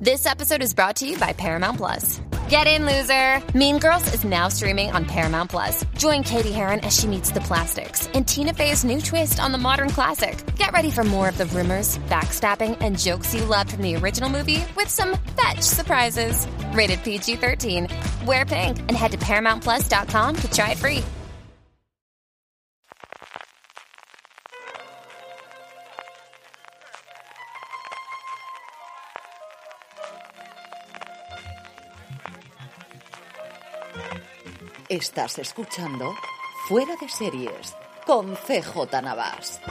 This episode is brought to you by Paramount Plus. Get in, loser! Mean Girls is now streaming on Paramount Plus. Join Katie Heron as she meets the plastics in Tina Fey's new twist on the modern classic. Get ready for more of the rumors, backstabbing, and jokes you loved from the original movie with some fetch surprises. Rated PG-13. Wear pink and head to ParamountPlus.com to try it free. Estás escuchando Fuera de Series con CJ Navas.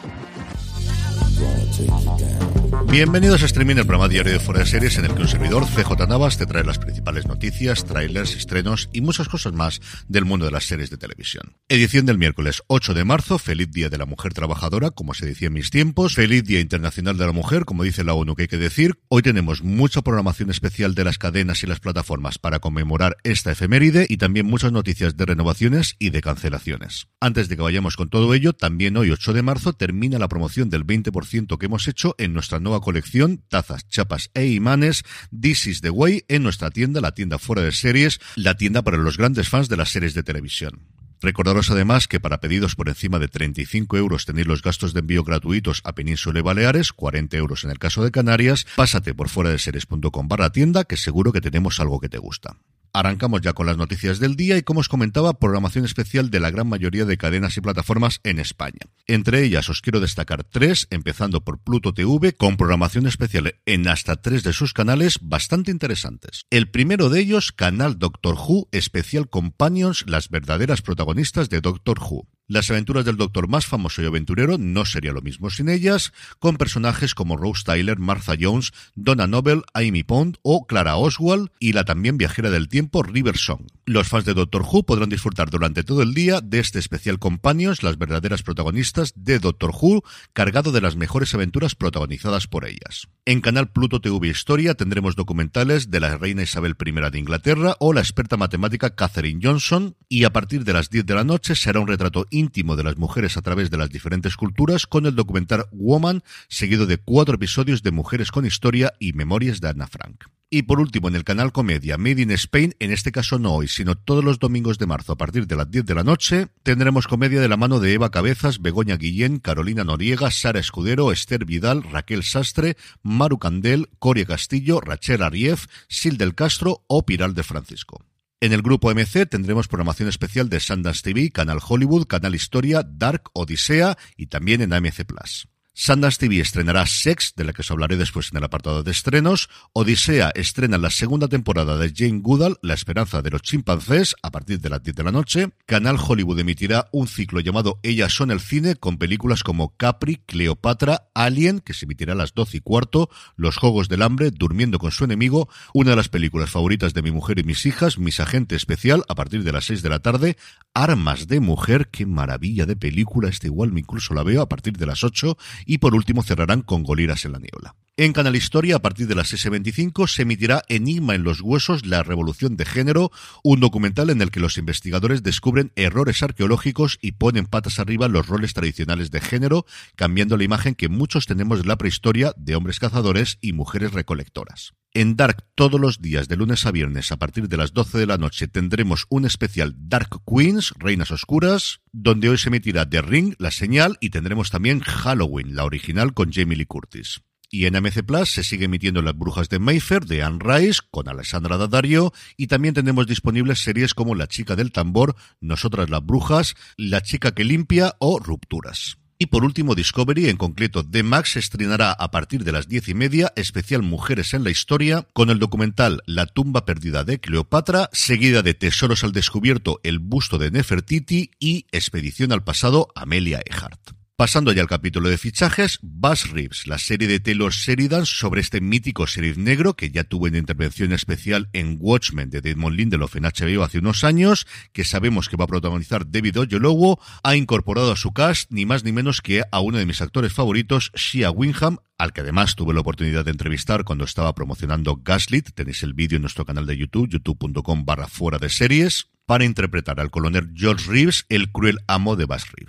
Bienvenidos a Streaming, el programa diario de Fuera de Series, en el que un servidor, CJ Navas, te trae las principales noticias, trailers, estrenos y muchas cosas más del mundo de las series de televisión. Edición del miércoles 8 de marzo, feliz Día de la Mujer Trabajadora, como se decía en mis tiempos, feliz Día Internacional de la Mujer, como dice la ONU que hay que decir. Hoy tenemos mucha programación especial de las cadenas y las plataformas para conmemorar esta efeméride y también muchas noticias de renovaciones y de cancelaciones. Antes de que vayamos con todo ello, también hoy 8 de marzo termina la promoción del 20% que hemos hecho en nuestra nueva colección, tazas, chapas e imanes, This is the Way, en nuestra tienda, la tienda Fuera de Series, la tienda para los grandes fans de las series de televisión. Recordaros además que para pedidos por encima de 35 euros tenéis los gastos de envío gratuitos a Península y Baleares, 40 euros en el caso de Canarias. Pásate por fueradeseries.com/tienda, que seguro que tenemos algo que te gusta. Arrancamos ya con las noticias del día y, como os comentaba, programación especial de la gran mayoría de cadenas y plataformas en España. Entre ellas os quiero destacar 3, empezando por Pluto TV, con programación especial en hasta 3 de sus canales bastante interesantes. El primero de ellos, canal Doctor Who, Special Companions, las verdaderas protagonistas de Doctor Who. Las aventuras del Doctor más famoso y aventurero no sería lo mismo sin ellas, con personajes como Rose Tyler, Martha Jones, Donna Noble, Amy Pond o Clara Oswald, y la también viajera del tiempo River Song. Los fans de Doctor Who podrán disfrutar durante todo el día de este especial Companions, las verdaderas protagonistas de Doctor Who, cargado de las mejores aventuras protagonizadas por ellas. En canal Pluto TV Historia tendremos documentales de la reina Isabel I de Inglaterra o la experta matemática Katherine Johnson, y a partir de las 10 de la noche será un retrato íntimo de las mujeres a través de las diferentes culturas con el documental Woman, seguido de 4 episodios de Mujeres con Historia y Memorias de Ana Frank. Y por último, en el canal Comedia Made in Spain, en este caso no hoy, sino todos los domingos de marzo a partir de las 10 de la noche, tendremos comedia de la mano de Eva Cabezas, Begoña Guillén, Carolina Noriega, Sara Escudero, Esther Vidal, Raquel Sastre, Maru Candel, Coria Castillo, Rachel Arief, Sil del Castro o Piral de Francisco. En el grupo MC tendremos programación especial de Sundance TV, Canal Hollywood, Canal Historia, Dark, Odisea y también en AMC+. Sundance TV estrenará Sex, de la que os hablaré después en el apartado de estrenos. Odisea estrena la segunda temporada de Jane Goodall, La esperanza de los chimpancés, a partir de las 10 de la noche. Canal Hollywood emitirá un ciclo llamado Ellas son el cine, con películas como Capri, Cleopatra, Alien, que se emitirá a las 12:15, Los Juegos del Hambre, Durmiendo con su enemigo, una de las películas favoritas de mi mujer y mis hijas, Mis Agente Especial, a partir de las 6 de la tarde, Armas de Mujer, qué maravilla de película, igual incluso la veo, a partir de las 8, y por último cerrarán con Goliras en la niebla. En Canal Historia, a partir de las 6:25, se emitirá Enigma en los huesos, la revolución de género, un documental en el que los investigadores descubren errores arqueológicos y ponen patas arriba los roles tradicionales de género, cambiando la imagen que muchos tenemos de la prehistoria de hombres cazadores y mujeres recolectoras. En Dark, todos los días, de lunes a viernes, a partir de las 12 de la noche, tendremos un especial Dark Queens, Reinas Oscuras, donde hoy se emitirá The Ring, La Señal, y tendremos también Halloween, la original con Jamie Lee Curtis. Y en AMC Plus se sigue emitiendo Las Brujas de Mayfair, de Anne Rice, con Alessandra Daddario, y también tenemos disponibles series como La Chica del Tambor, Nosotras las Brujas, La Chica que Limpia o Rupturas. Y por último, Discovery, en concreto The Max, estrenará a partir de las 10:30 especial Mujeres en la Historia, con el documental La tumba perdida de Cleopatra, seguida de Tesoros al descubierto, el busto de Nefertiti y Expedición al pasado, Amelia Earhart. Pasando ya al capítulo de fichajes, Buzz Reeves, la serie de Taylor Sheridan sobre este mítico sheriff negro que ya tuvo una intervención especial en Watchmen de Damon Lindelof en HBO hace unos años, que sabemos que va a protagonizar David Oyelowo, ha incorporado a su cast ni más ni menos que a uno de mis actores favoritos, Shia Wingham, al que además tuve la oportunidad de entrevistar cuando estaba promocionando Gaslit. Tenéis el vídeo en nuestro canal de YouTube, youtube.com/fuera de series, para interpretar al coronel George Reeves, el cruel amo de Buzz Reeves.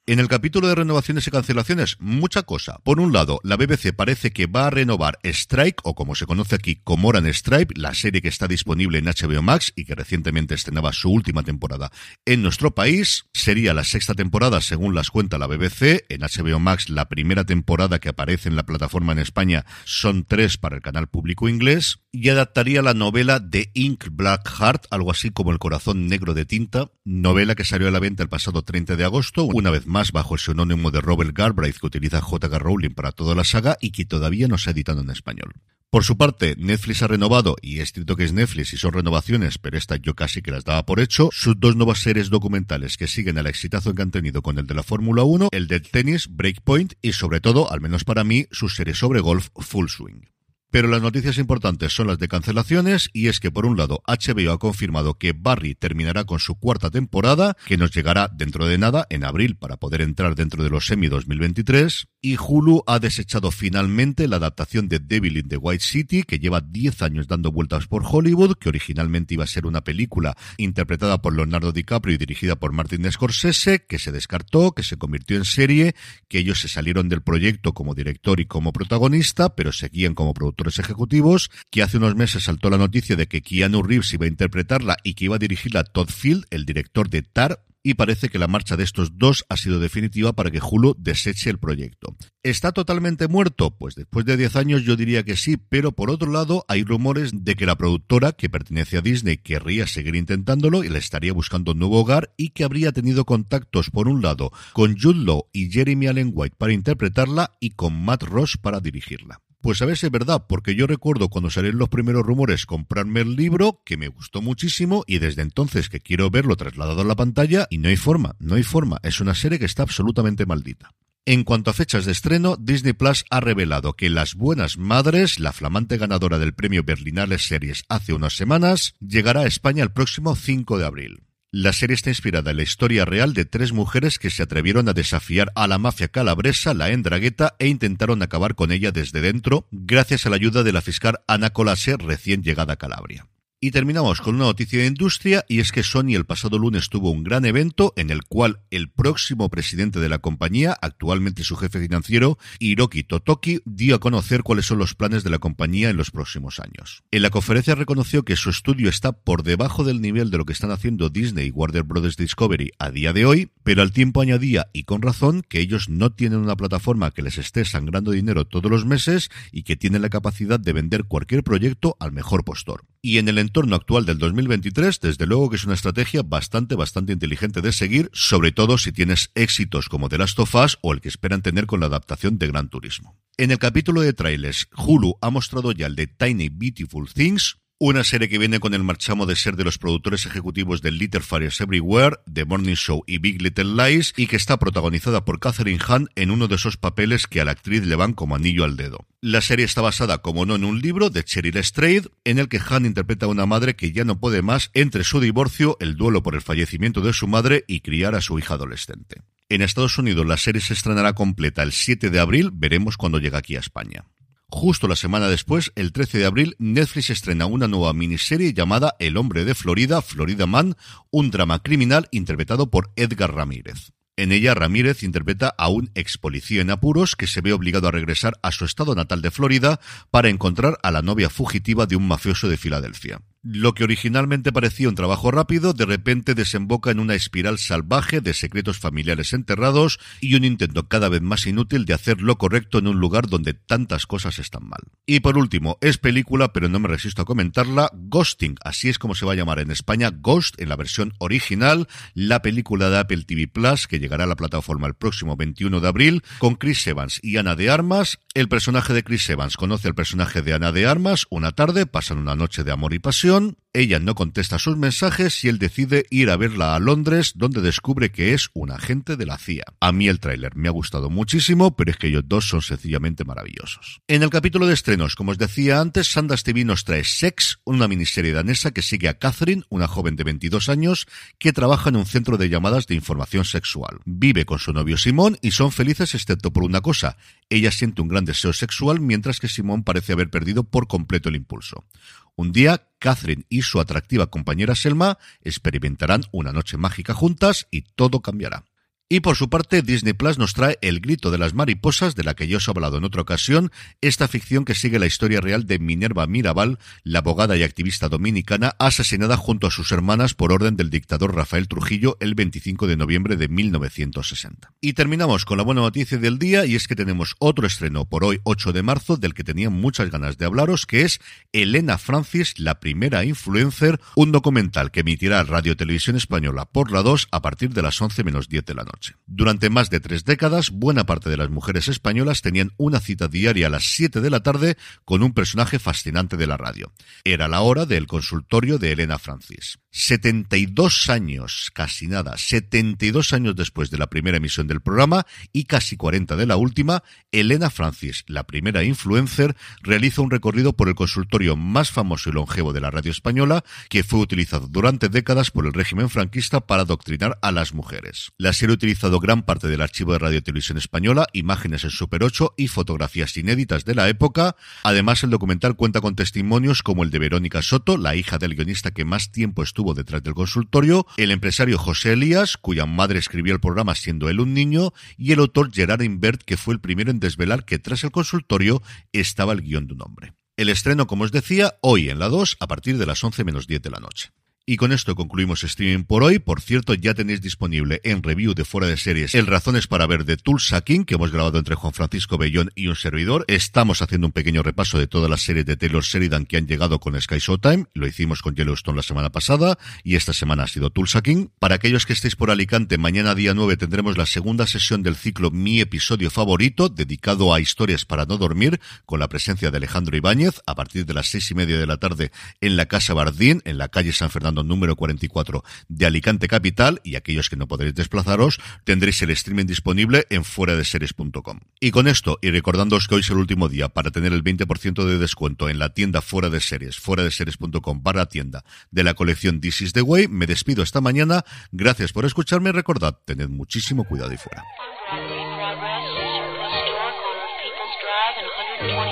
En el capítulo de renovaciones y cancelaciones, mucha cosa. Por un lado, la BBC parece que va a renovar Strike, o como se conoce aquí, Comoran Strike, la serie que está disponible en HBO Max y que recientemente estrenaba su última temporada en nuestro país. Sería la 6ª temporada, según las cuenta la BBC. En HBO Max, la primera temporada que aparece en la plataforma en España son 3 para el canal público inglés. Y adaptaría la novela The Ink Black Heart, algo así como El corazón negro de tinta, novela que salió a la venta el pasado 30 de agosto, una vez más bajo el seudónimo de Robert Galbraith que utiliza J.K. Rowling para toda la saga y que todavía no se ha editado en español. Por su parte, Netflix ha renovado, y es cierto que es Netflix y son renovaciones, pero esta yo casi que las daba por hecho, sus 2 nuevas series documentales que siguen al exitazo que han tenido con el de la Fórmula 1, el del tenis, Breakpoint, y sobre todo, al menos para mí, su serie sobre golf, Full Swing. Pero las noticias importantes son las de cancelaciones, y es que por un lado HBO ha confirmado que Barry terminará con su 4ª temporada, que nos llegará dentro de nada, en abril, para poder entrar dentro de los Emmy 2023, y Hulu ha desechado finalmente la adaptación de Devil in the White City, que lleva 10 años dando vueltas por Hollywood, que originalmente iba a ser una película interpretada por Leonardo DiCaprio y dirigida por Martin Scorsese, que se descartó, que se convirtió en serie, que ellos se salieron del proyecto como director y como protagonista, pero seguían como productores ejecutivos, que hace unos meses saltó la noticia de que Keanu Reeves iba a interpretarla y que iba a dirigirla Todd Field, el director de Tar, y parece que la marcha de estos dos ha sido definitiva para que Hulu deseche el proyecto. ¿Está totalmente muerto? Pues después de 10 años yo diría que sí, pero por otro lado hay rumores de que la productora, que pertenece a Disney, querría seguir intentándolo y le estaría buscando un nuevo hogar y que habría tenido contactos, por un lado, con Jude Law y Jeremy Allen White para interpretarla y con Matt Ross para dirigirla. Pues a ver si es verdad, porque yo recuerdo cuando salieron los primeros rumores comprarme el libro, que me gustó muchísimo, y desde entonces que quiero verlo trasladado a la pantalla, y no hay forma, es una serie que está absolutamente maldita. En cuanto a fechas de estreno, Disney Plus ha revelado que Las Buenas Madres, la flamante ganadora del premio Berlinale Series hace unas semanas, llegará a España el próximo 5 de abril. La serie está inspirada en la historia real de 3 mujeres que se atrevieron a desafiar a la mafia calabresa, la 'Ndrangheta, e intentaron acabar con ella desde dentro, gracias a la ayuda de la fiscal Ana Colase, recién llegada a Calabria. Y terminamos con una noticia de industria, y es que Sony el pasado lunes tuvo un gran evento en el cual el próximo presidente de la compañía, actualmente su jefe financiero, Hiroki Totoki, dio a conocer cuáles son los planes de la compañía en los próximos años. En la conferencia reconoció que su estudio está por debajo del nivel de lo que están haciendo Disney y Warner Bros. Discovery a día de hoy, pero al tiempo añadía, y con razón, que ellos no tienen una plataforma que les esté sangrando dinero todos los meses y que tienen la capacidad de vender cualquier proyecto al mejor postor. Y en el entorno actual del 2023, desde luego que es una estrategia bastante inteligente de seguir, sobre todo si tienes éxitos como The Last of Us o el que esperan tener con la adaptación de Gran Turismo. En el capítulo de trailers, Hulu ha mostrado ya el de Tiny Beautiful Things, una serie que viene con el marchamo de ser de los productores ejecutivos de Little Fires Everywhere, The Morning Show y Big Little Lies, y que está protagonizada por Kathryn Hahn en uno de esos papeles que a la actriz le van como anillo al dedo. La serie está basada, como no, en un libro de Cheryl Strayed, en el que Hahn interpreta a una madre que ya no puede más entre su divorcio, el duelo por el fallecimiento de su madre y criar a su hija adolescente. En Estados Unidos la serie se estrenará completa el 7 de abril, veremos cuando llega aquí a España. Justo la semana después, el 13 de abril, Netflix estrena una nueva miniserie llamada El hombre de Florida, Florida Man, un drama criminal interpretado por Edgar Ramírez. En ella, Ramírez interpreta a un ex policía en apuros que se ve obligado a regresar a su estado natal de Florida para encontrar a la novia fugitiva de un mafioso de Filadelfia. Lo que originalmente parecía un trabajo rápido, de repente desemboca en una espiral salvaje de secretos familiares enterrados y un intento cada vez más inútil de hacer lo correcto en un lugar donde tantas cosas están mal. Y por último, es película, pero no me resisto a comentarla, Ghosting, así es como se va a llamar en España, Ghost en la versión original, la película de Apple TV Plus que llegará a la plataforma el próximo 21 de abril, con Chris Evans y Ana de Armas. El personaje de Chris Evans conoce al personaje de Ana de Armas una tarde, pasan una noche de amor y pasión. Ella no contesta sus mensajes y él decide ir a verla a Londres, donde descubre que es un agente de la CIA. A mí el tráiler me ha gustado muchísimo, pero es que ellos dos son sencillamente maravillosos. En el capítulo de estrenos, como os decía antes, Sundance TV nos trae Sex, una miniserie danesa que sigue a Catherine, una joven de 22 años, que trabaja en un centro de llamadas de información sexual. Vive con su novio Simón y son felices excepto por una cosa. Ella siente un gran deseo sexual, mientras que Simón parece haber perdido por completo el impulso. Un día, Catherine y su atractiva compañera Selma experimentarán una noche mágica juntas y todo cambiará. Y por su parte, Disney Plus nos trae El grito de las mariposas, de la que ya os he hablado en otra ocasión, esta ficción que sigue la historia real de Minerva Mirabal, la abogada y activista dominicana asesinada junto a sus hermanas por orden del dictador Rafael Trujillo el 25 de noviembre de 1960. Y terminamos con la buena noticia del día, y es que tenemos otro estreno por hoy, 8 de marzo, del que tenía muchas ganas de hablaros, que es Elena Francis, la primera influencer, un documental que emitirá Radio Televisión Española por la 2 a partir de las 11 menos 10 de la noche. Durante más de 3 décadas, buena parte de las mujeres españolas tenían una cita diaria a las 7 de la tarde con un personaje fascinante de la radio. Era la hora del consultorio de Elena Francis. 72 años, casi nada, 72 años después de la primera emisión del programa y casi 40 de la última, Elena Francis, la primera influencer, realiza un recorrido por el consultorio más famoso y longevo de la radio española, que fue utilizado durante décadas por el régimen franquista para adoctrinar a las mujeres. La serie ha utilizado gran parte del archivo de Radio Televisión Española, imágenes en Super 8 y fotografías inéditas de la época. Además, el documental cuenta con testimonios como el de Verónica Soto, la hija del guionista que más tiempo estuvo detrás del consultorio, el empresario José Elías, cuya madre escribió el programa siendo él un niño, y el autor Gerard Imbert, que fue el primero en desvelar que tras el consultorio estaba el guión de un hombre. El estreno, como os decía, hoy en la 2 a partir de las 11 menos 10 de la noche. Y con esto concluimos streaming por hoy. Por cierto, ya tenéis disponible en review de Fuera de Series el Razones para Ver de Tulsa King, que hemos grabado entre Juan Francisco Bellón y un servidor. Estamos haciendo un pequeño repaso de todas las series de Taylor Sheridan que han llegado con Sky Showtime. Lo hicimos con Yellowstone la semana pasada y esta semana ha sido Tulsa King. Para aquellos que estéis por Alicante, mañana día 9 tendremos la segunda sesión del ciclo Mi Episodio Favorito, dedicado a historias para no dormir, con la presencia de Alejandro Ibáñez, a partir de las 6:30 de la tarde en la Casa Bardín, en la calle San Fernando número 44 de Alicante Capital, y aquellos que no podréis desplazaros tendréis el streaming disponible en fueradeseries.com. Y con esto, y recordándoos que hoy es el último día para tener el 20% de descuento en la tienda Fuera de Series, fueradeseries.com/tienda de la colección This is the Way, me despido esta mañana. Gracias por escucharme y recordad, tened muchísimo cuidado y fuera.